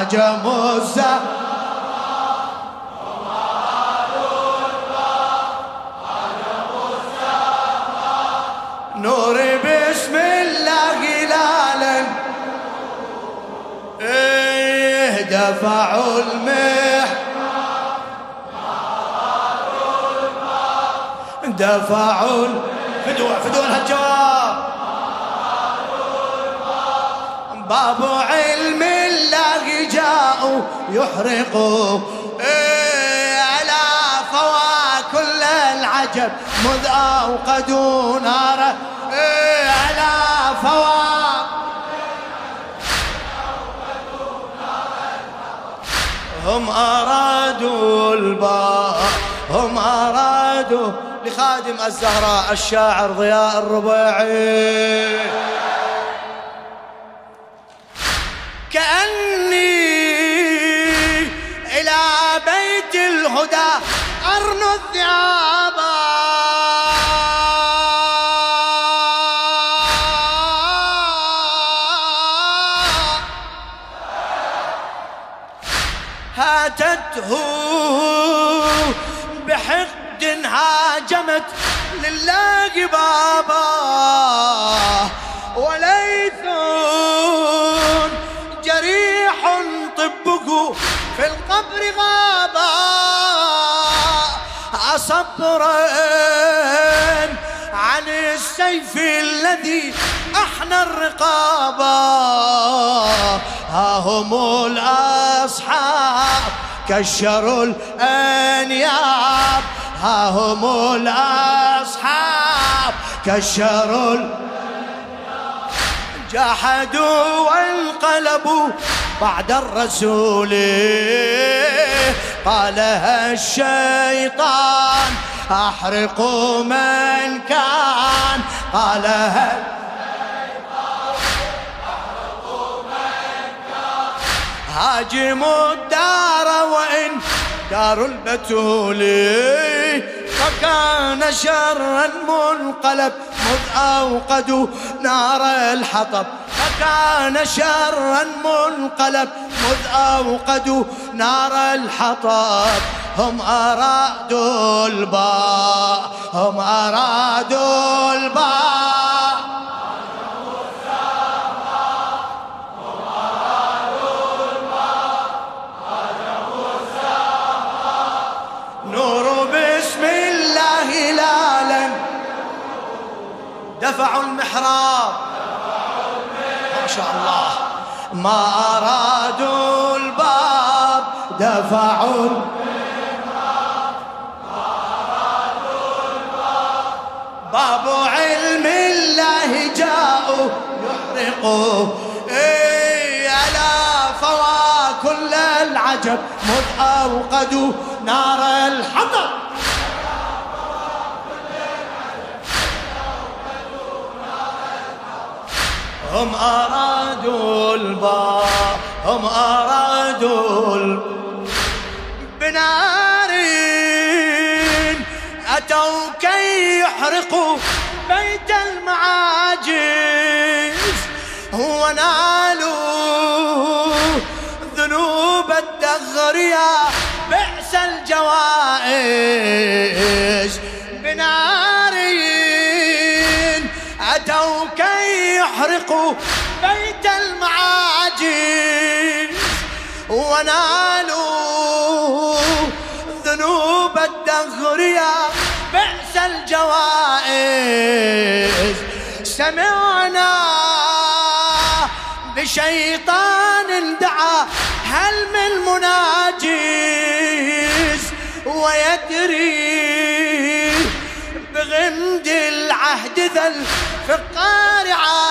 هاجم الزهراء نوري باسم الله هلالا دفعوا دفعوا فدوا الهجار باب علم الله جاءوا يحرقوا على فوا كل العجب مذ أوقدوا ناره على فوا هم أرادوا الباب هم أرادوا لخادم الزهراء الشاعر ضياء الربيعي كأني إلى بيت الهدى أرنو الذئاب هاتته بحقد هاجمت لله بابا وليث جريح طبه في القبر غابا أصبرا عن السيف الذي أحنى الرقابة ها هم الأصحاب كشروا الأنياب ها هم الأصحاب كشروا الأنياب جحدوا وانقلبوا بعد الرسول قالها الشيطان أحرقوا من كان قالها الشيطان أحرقوا من كان هاجموا الدار وإن دار البتول فكان شرا منقلب مذ أوقدوا نار الحطب فكان شرا منقلب مذ أوقدوا نار الحطب هم أرادوا الباء هم أرادوا الباء دفعوا المحراب ما شاء الله ما أرادوا الباب دفعوا المحراب ما أرادوا الباب باب علم الله جاءوا يحرقوا على فوا كل العجب مذ أوقدوا نار الحطب هم أرادوا الباب هم أرادوا بنار أتوا كي يحرقوا بيت المعاجز ونالوا ذنوب الدهر يا بئس الجوائز بنار أتوا كي يحرقوا بيت المعاجز ونالوا ذنوب الدهر يا بئس الجوائز سمعنا بشيطان دعا هل من مناجز ويدري بغمد العهد ذا الفقار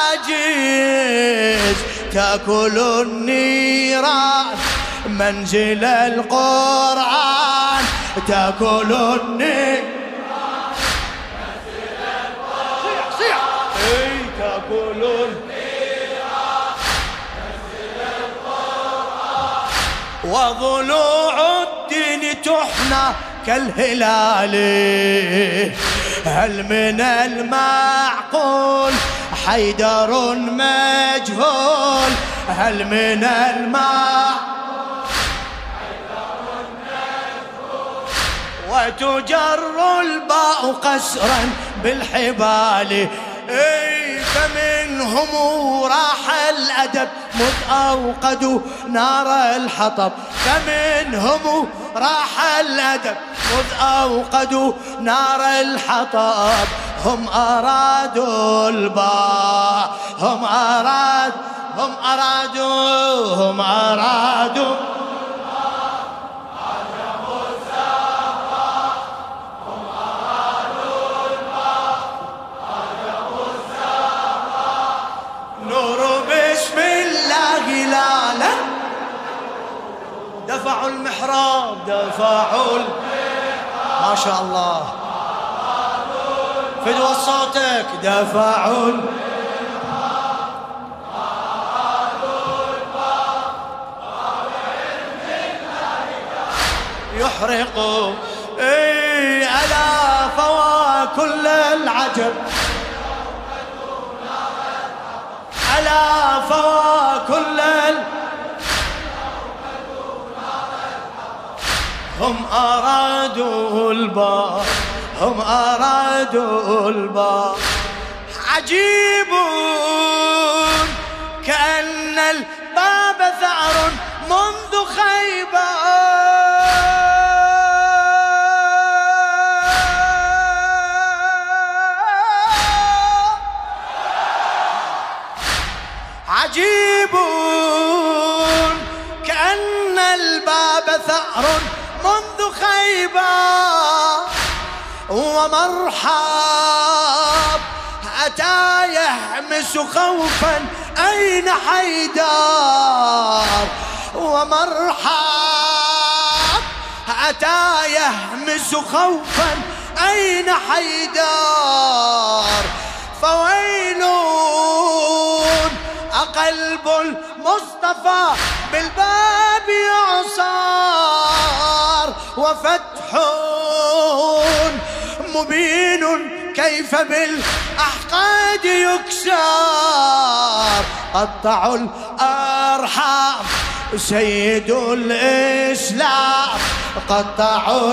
عاجز تأكل النيران منزل القرآن تأكل النيران منزل القرآن صيح تأكل النيران منزل القرآن وضلوع الدين تحنى كالهلال هل من المعقول حيدر مجهول هل من المعقول وتجر الباء قسرا بالحبال. فمنهم راح الأدب مذ أوقدوا نار الحطب. فمنهم راح الأدب مذ أوقدوا نار الحطب. هم أرادوا الباء، هم أرادوا دفعوا المحراب، دفعوا ما شاء الله فدوى صوتك. دفعوا يحرقوا ألا فوى كل العجب، ألا فوى كل هم أرادوا الباء، هم أرادوا الباء. عجيب كأن الباب ثأر منذ خيبر. عجيب كأن الباب ثأر منذ خيبر. ومرحب أتى يحمس خوفا أين حيدر. ومرحب أتى يحمس خوفا أين حيدر. فويل أقلب المصطفى بالباب يعصار. وفتح مبين كيف بالأحقاد يكسر. قطعوا الأرحام سيد الإسلام، قطعوا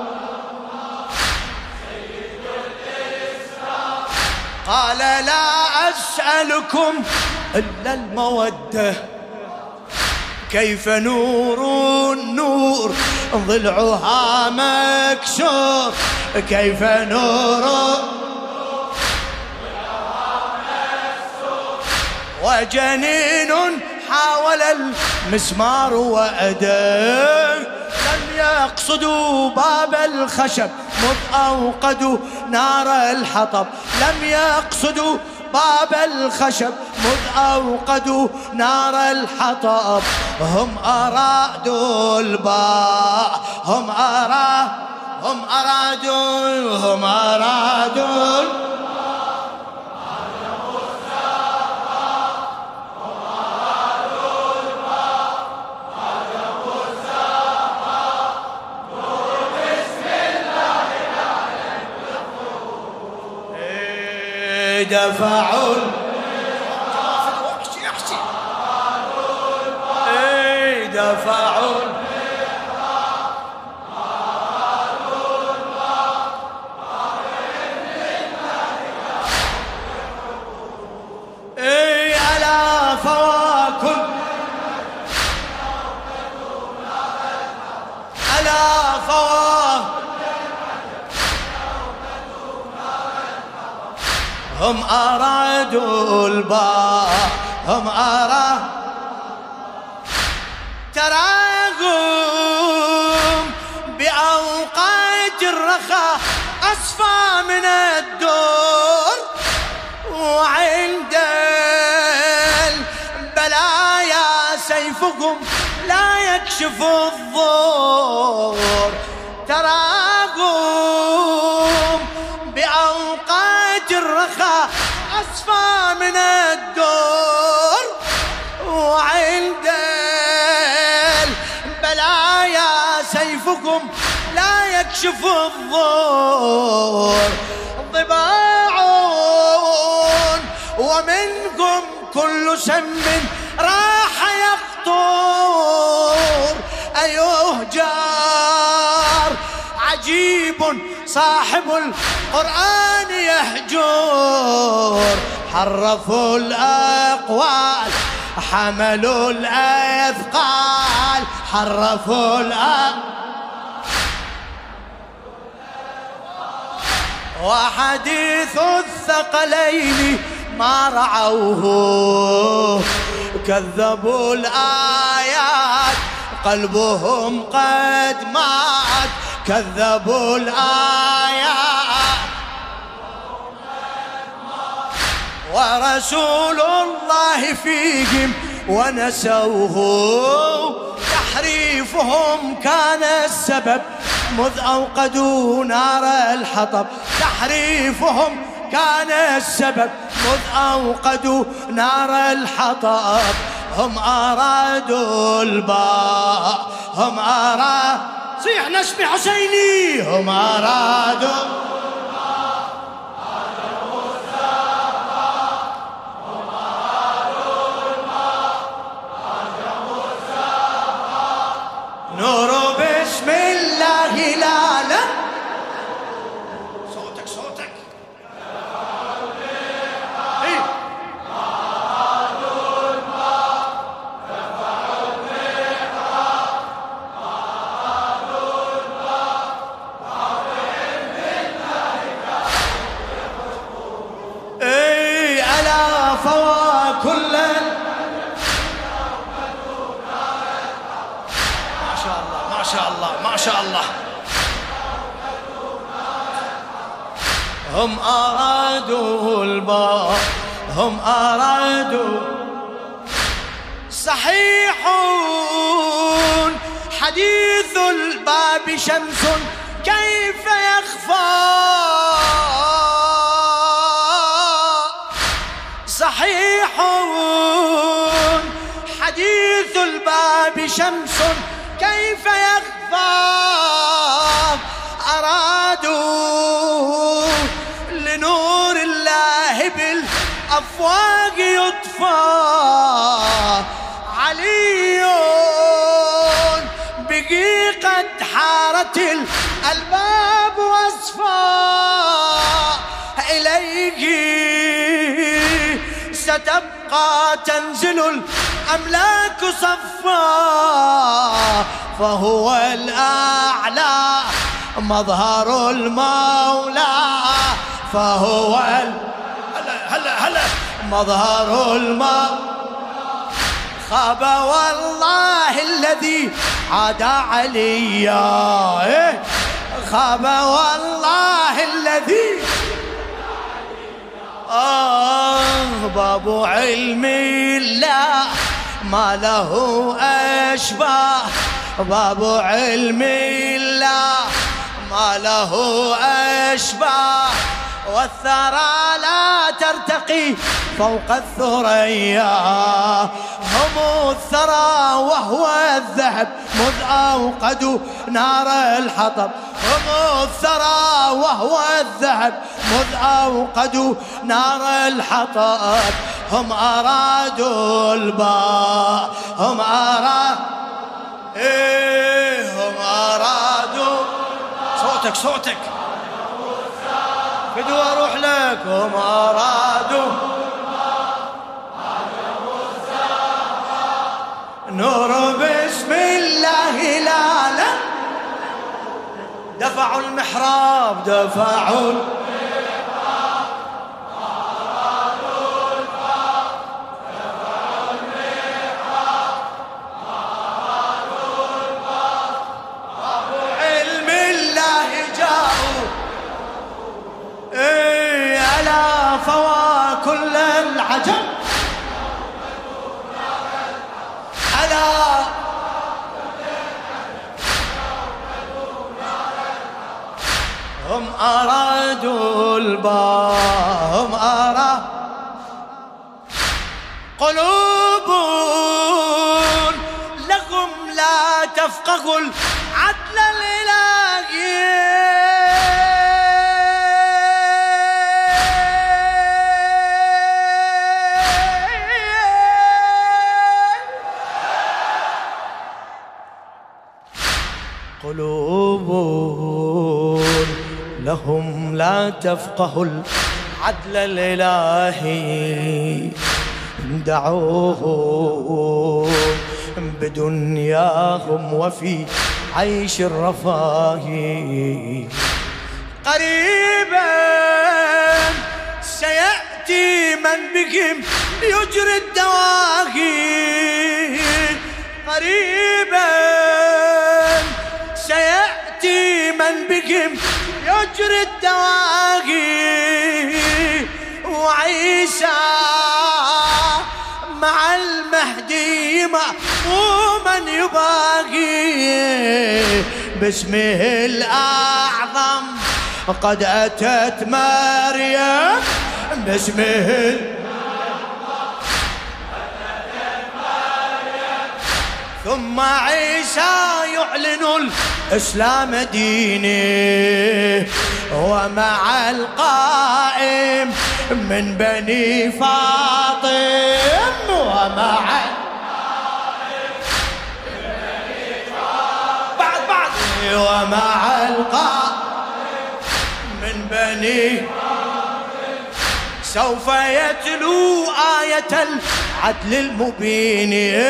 سيد الإسلام. قال لا أسألكم إلا المودة. كيف نور النور ضلعها مكسور. كيف نور ضلعها مكسور. وجنين حاول المسمار وأداه. لم يقصدوا باب الخشب مذ أوقدوا نار الحطب. لم يقصدوا باب الخشب مذ أوقدوا نار الحطب. هم أرادوا الباء، هم أرادوا دفعوا دفعوا ألا فواكم ألا فواكم هم أرادوا الباء، هم أرادوا. تراهم بأوقات الرخاء أصفى من الدور. وعند البلايا سيفكم لا يكشف الضور. تراهم بأوقات الرخاء أصفى من الدور. وعند البلايا سيفكم لا يكشف الضور. ضباع ومنكم كل سم راح يخطر. أيهجر عجيب صاحب القرآن يهجر، حرفوا الأقوال حملوا الأثقال، حرفوا الأقوال وحديث الثقلين ما رعوه، كذبوا الآيات قلبهم قد مات، كذبوا الآيات ورسول الله فيهم ونسوه، تحريفهم كان السبب مذ أوقدوا نار الحطب، تحريفهم كان السبب مذ أوقدوا نار الحطب، هم أرادوا الباء هم أرادوا صيح نسمي حسيني، هم أرادوا نور بسم الله لا صوتك صوتك إيه؟ إيه ألا فوا كل ما شاء الله ما شاء الله هم أرادوا الباء هم أرادوا صحيح حديث الباب شمس كيف يخفى، صحيح حديث الباب شمس كيف يخفى، أرادوا لنور الله بالأفواق يطفى، علي بقي قد حارت الألباب وصفا، إليه ستبقى تنزل الأملاك صفا، فهو الأعلى مظهر المولى، فهو هلا مظهر المولى، خاب والله الذي عاد عليا، خاب والله الذي باب علم الله ما له أشباه، باب علم الله ما له أشباه، والثرى لا ترتقي فوق الثريا، هم الثرى وهو الذهب مذ أوقدوا نار الحطب، هم الثرى وهو الذهب مذ أوقدوا نار الحطب، هم أرادوا الباء هم أرادوا إيه هم أرادوا صوتك صوتك بدو أروح لك، هم أرادوا نور بسم الله لا دفعوا المحراب دفعوا المحراب، أرادوا الباب دفعوا المحراب، أرادوا الباب، أبو علم الله جاءوا، إيه ألا فوا كل العجب، ألا هم أرادوا الباء هم أرادوا قلوب لهم لا تفقه العدل الإلهي، قلوب هم لا تفقهوا العدل الإلهي، دعوه بدنياهم وفي عيش الرفاه. قريبا سيأتي من بهم يجري الدواهي، قريبا سيأتي من بهم يجري الدواهي، وعيسى مع المهدي مأموما يباغي، باسمه الأعظم قد أتت مريم، باسمه الأعظم قد أتت مريم، ثم عيسى يعلن الإسلام دينه، ومع القائم من بني فاطم، ومع ومع القائم من بني سوف يتلو آية العدل المبين.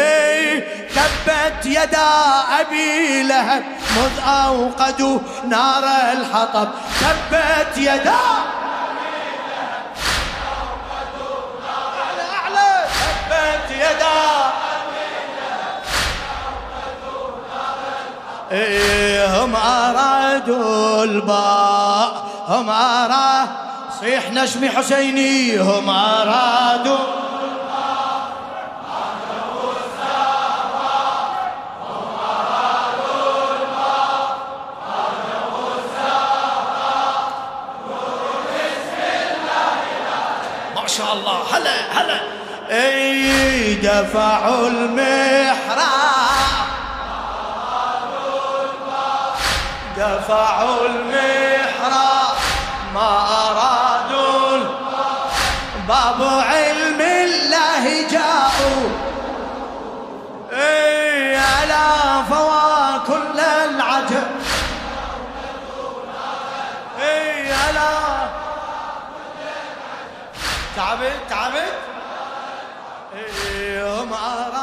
تبت يدا أبي لهب مذ أوقدوا نار الحطب، تبت يدا أبي لهب مذ أوقدوا نار الحطب، تبت يدا أبي لهب مذ أوقدوا نار الحطب. هم أرادوا الباء، هم أرادوا، صيح نشمي حسيني، هم أرادوا ما شاء الله. هلا هلا. اي دفعوا المحراب، دفعوا المحراب، ما أرادوا باب علم الله جاءوا، اي على فوا كل العجب، اي على تعبت تعبت. هم